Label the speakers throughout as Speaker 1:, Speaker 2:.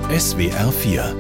Speaker 1: SWR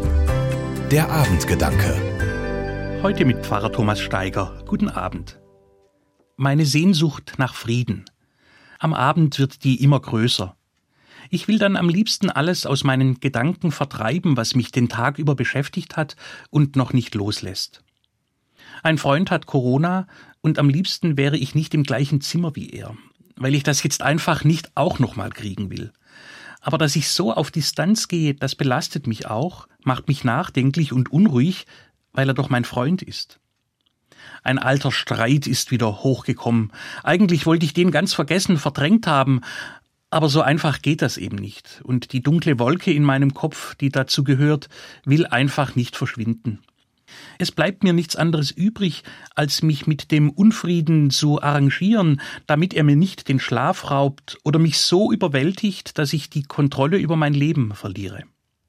Speaker 1: 4 Der Abendgedanke.
Speaker 2: Heute mit Pfarrer Thomas Steiger. Guten Abend. Meine Sehnsucht nach Frieden. Am Abend wird die immer größer. Ich will dann am liebsten alles aus meinen Gedanken vertreiben, was mich den Tag über beschäftigt hat und noch nicht loslässt. Ein Freund hat Corona und am liebsten wäre ich nicht im gleichen Zimmer wie er, weil ich das jetzt einfach nicht auch noch mal kriegen will. Aber dass ich so auf Distanz gehe, das belastet mich auch, macht mich nachdenklich und unruhig, weil er doch mein Freund ist. Ein alter Streit ist wieder hochgekommen. Eigentlich wollte ich den ganz vergessen, verdrängt haben, aber so einfach geht das eben nicht. Und die dunkle Wolke in meinem Kopf, die dazu gehört, will einfach nicht verschwinden. Es bleibt mir nichts anderes übrig, als mich mit dem Unfrieden zu arrangieren, damit er mir nicht den Schlaf raubt oder mich so überwältigt, dass ich die Kontrolle über mein Leben verliere.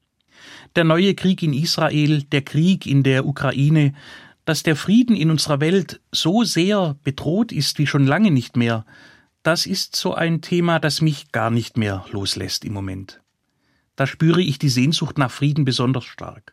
Speaker 2: Der neue Krieg in Israel, der Krieg in der Ukraine, dass der Frieden in unserer Welt so sehr bedroht ist wie schon lange nicht mehr, das ist so ein Thema, das mich gar nicht mehr loslässt im Moment. Da spüre ich die Sehnsucht nach Frieden besonders stark.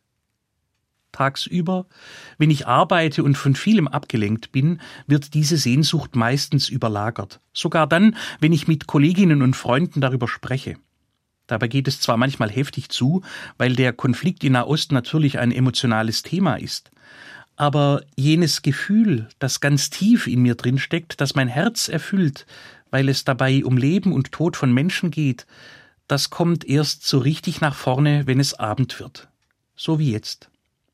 Speaker 2: Tagsüber, wenn ich arbeite und von vielem abgelenkt bin, wird diese Sehnsucht meistens überlagert. Sogar dann, wenn ich mit Kolleginnen und Freunden darüber spreche. Dabei geht es zwar manchmal heftig zu, weil der Konflikt in Nahost natürlich ein emotionales Thema ist. Aber jenes Gefühl, das ganz tief in mir drinsteckt, das mein Herz erfüllt, weil es dabei um Leben und Tod von Menschen geht, das kommt erst so richtig nach vorne, wenn es Abend wird. So wie jetzt.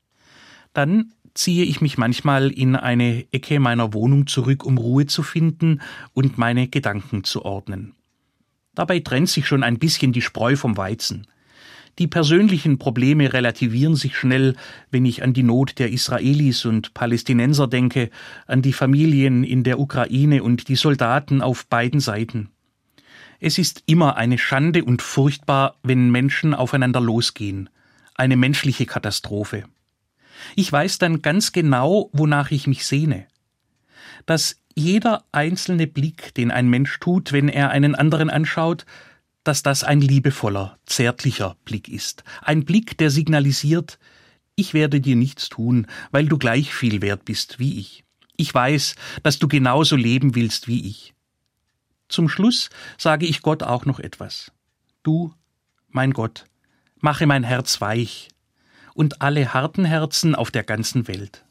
Speaker 2: Dann ziehe ich mich manchmal in eine Ecke meiner Wohnung zurück, um Ruhe zu finden und meine Gedanken zu ordnen. Dabei trennt sich schon ein bisschen die Spreu vom Weizen. Die persönlichen Probleme relativieren sich schnell, wenn ich an die Not der Israelis und Palästinenser denke, an die Familien in der Ukraine und die Soldaten auf beiden Seiten. Es ist immer eine Schande und furchtbar, wenn Menschen aufeinander losgehen. Eine menschliche Katastrophe. Ich weiß dann ganz genau, wonach ich mich sehne. Dass jeder einzelne Blick, den ein Mensch tut, wenn er einen anderen anschaut, dass das ein liebevoller, zärtlicher Blick ist. Ein Blick, der signalisiert, ich werde dir nichts tun, weil du gleich viel wert bist wie ich. Ich weiß, dass du genauso leben willst wie ich. Zum Schluss sage ich Gott auch noch etwas. Du, mein Gott, mache mein Herz weich und alle harten Herzen auf der ganzen Welt.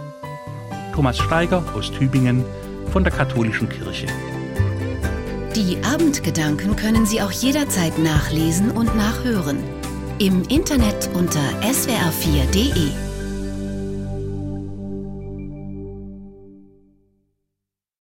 Speaker 2: Thomas Steiger aus Tübingen von der Katholischen Kirche.
Speaker 3: Die Abendgedanken können Sie auch jederzeit nachlesen und nachhören. Im Internet unter swr4.de.